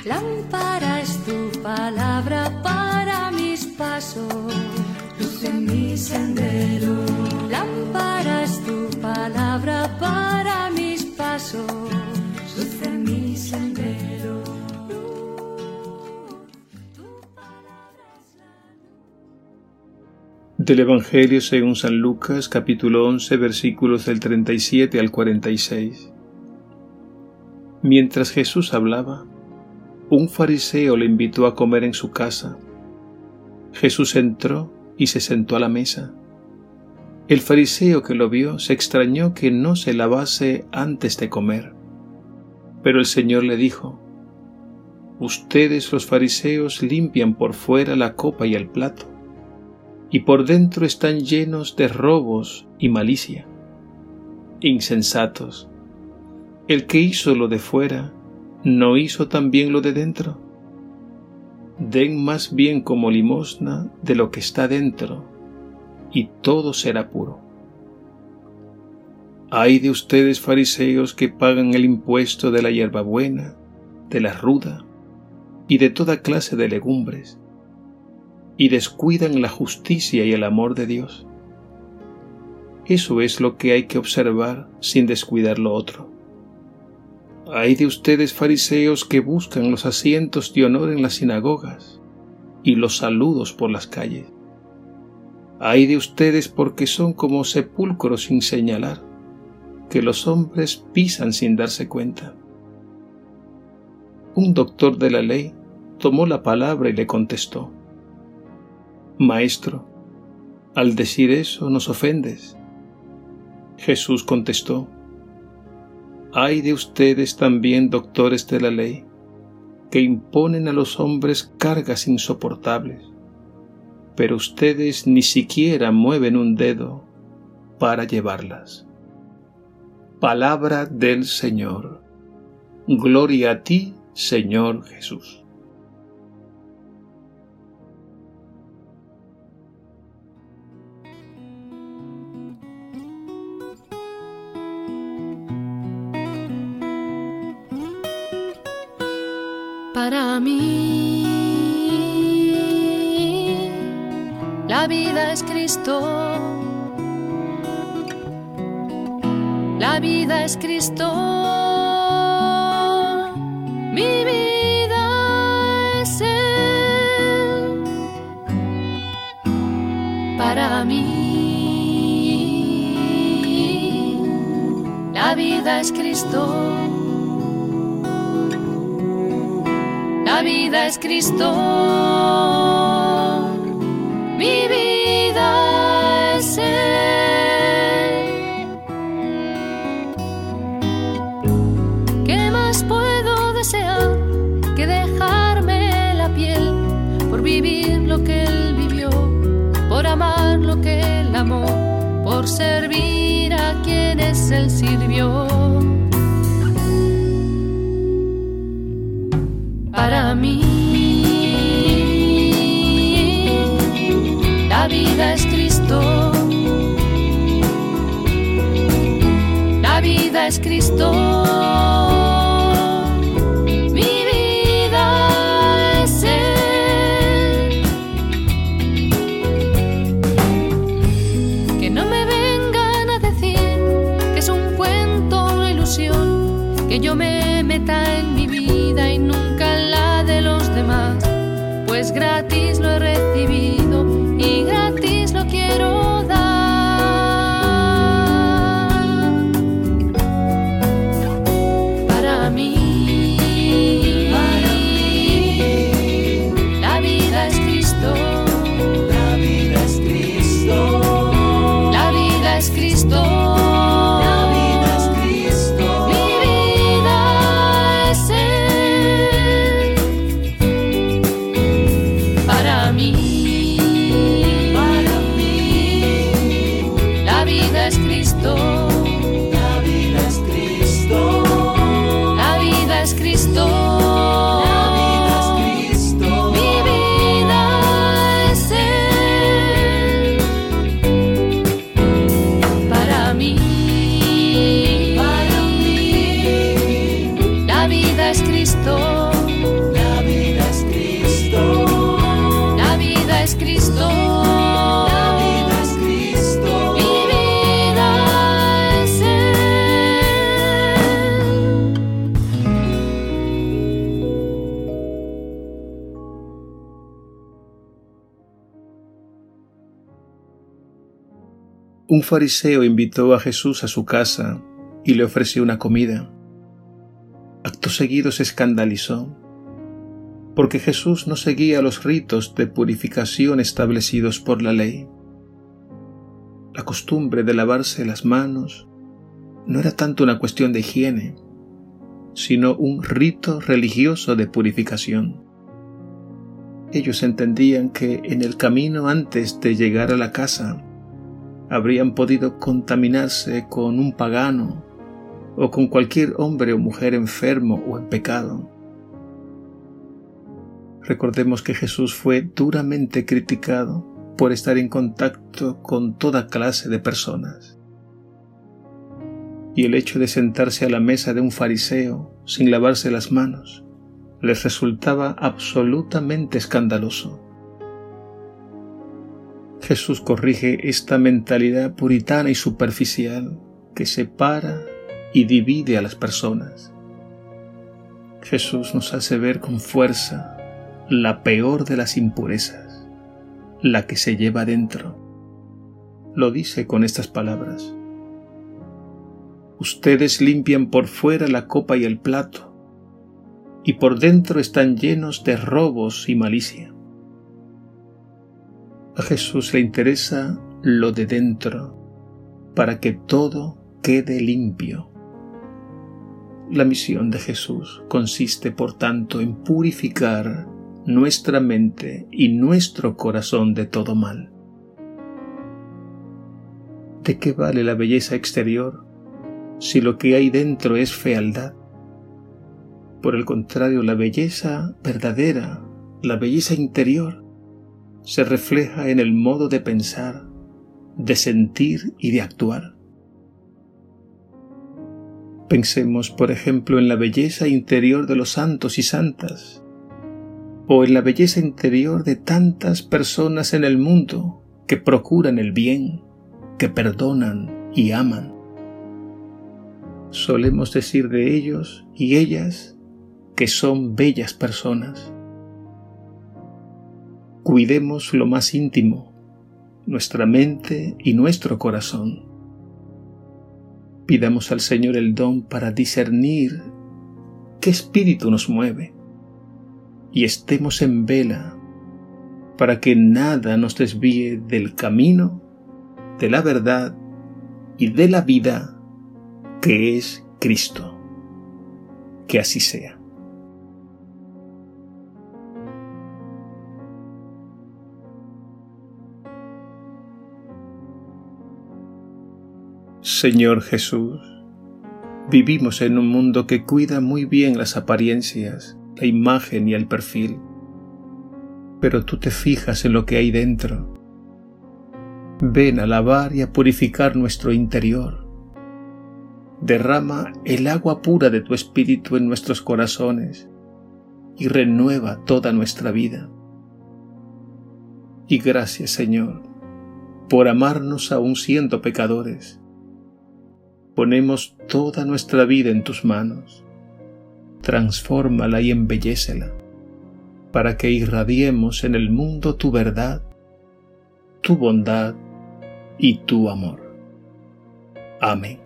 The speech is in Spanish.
Lámpara es tu palabra para mis pasos, luz en mi sendero. Lámpara es tu palabra para mis pasos, luz en mi sendero. Del Evangelio según San Lucas, capítulo 11, versículos del 37 al 46. Mientras Jesús hablaba, un fariseo le invitó a comer en su casa. Jesús entró y se sentó a la mesa. El fariseo que lo vio se extrañó que no se lavase antes de comer. Pero el Señor le dijo: Ustedes los fariseos limpian por fuera la copa y el plato, y por dentro están llenos de robos y malicia. Insensatos, el que hizo lo de fuera, ¿no hizo también lo de dentro? Den más bien como limosna de lo que está dentro, y todo será puro. Ay de ustedes, fariseos, que pagan el impuesto de la hierbabuena, de la ruda y de toda clase de legumbres, y descuidan la justicia y el amor de Dios. Eso es lo que hay que observar sin descuidar lo otro. Ay de ustedes, fariseos, que buscan los asientos de honor en las sinagogas y los saludos por las calles. Ay de ustedes, porque son como sepulcros sin señalar, que los hombres pisan sin darse cuenta. Un doctor de la ley tomó la palabra y le contestó: Maestro, al decir eso nos ofendes. Jesús contestó: Ay de ustedes también, doctores de la ley, que imponen a los hombres cargas insoportables, pero ustedes ni siquiera mueven un dedo para llevarlas. Palabra del Señor. Gloria a ti, Señor Jesús. Para mí, la vida es Cristo. La vida es Cristo. Mi vida es Él. Para mí, la vida es Cristo. La vida es Cristo, mi vida es Él. ¿Qué más puedo desear que dejarme la piel por vivir lo que Él vivió, por amar lo que Él amó, por servir a quienes Él sirvió? Para mí, la vida es Cristo. La vida es Cristo. Mi vida es Él. Que no me vengan a decir que es un cuento, una ilusión, que yo me meta en mi vida y nunca pues gratis lo he recibido y gratis lo quiero dar. Para mí, la vida es Cristo. La vida es Cristo. La vida es Cristo. La vida es Cristo. Mi vida Un fariseo invitó a Jesús a su casa y le ofreció una comida. Acto seguido se escandalizó, porque Jesús no seguía los ritos de purificación establecidos por la ley. La costumbre de lavarse las manos no era tanto una cuestión de higiene, sino un rito religioso de purificación. Ellos entendían que en el camino antes de llegar a la casa habrían podido contaminarse con un pagano o con cualquier hombre o mujer enfermo o en pecado. Recordemos que Jesús fue duramente criticado por estar en contacto con toda clase de personas. Y el hecho de sentarse a la mesa de un fariseo sin lavarse las manos les resultaba absolutamente escandaloso. Jesús corrige esta mentalidad puritana y superficial que separa y divide a las personas. Jesús nos hace ver con fuerza la peor de las impurezas, la que se lleva dentro. Lo dice con estas palabras: ustedes limpian por fuera la copa y el plato, y por dentro están llenos de robos y malicia. A Jesús le interesa lo de dentro, para que todo quede limpio. La misión de Jesús consiste, por tanto, en purificar nuestra mente y nuestro corazón de todo mal. ¿De qué vale la belleza exterior si lo que hay dentro es fealdad? Por el contrario, la belleza verdadera, la belleza interior, se refleja en el modo de pensar, de sentir y de actuar. Pensemos, por ejemplo, en la belleza interior de los santos y santas, o en la belleza interior de tantas personas en el mundo que procuran el bien, que perdonan y aman. Solemos decir de ellos y ellas que son bellas personas. Cuidemos lo más íntimo, nuestra mente y nuestro corazón. Pidamos al Señor el don para discernir qué espíritu nos mueve y estemos en vela para que nada nos desvíe del camino, de la verdad y de la vida que es Cristo. Que así sea. Señor Jesús, vivimos en un mundo que cuida muy bien las apariencias, la imagen y el perfil, pero tú te fijas en lo que hay dentro. Ven a lavar y a purificar nuestro interior. Derrama el agua pura de tu Espíritu en nuestros corazones y renueva toda nuestra vida. Y gracias, Señor, por amarnos aún siendo pecadores. Ponemos toda nuestra vida en tus manos. Transfórmala y embellécela, para que irradiemos en el mundo tu verdad, tu bondad y tu amor. Amén.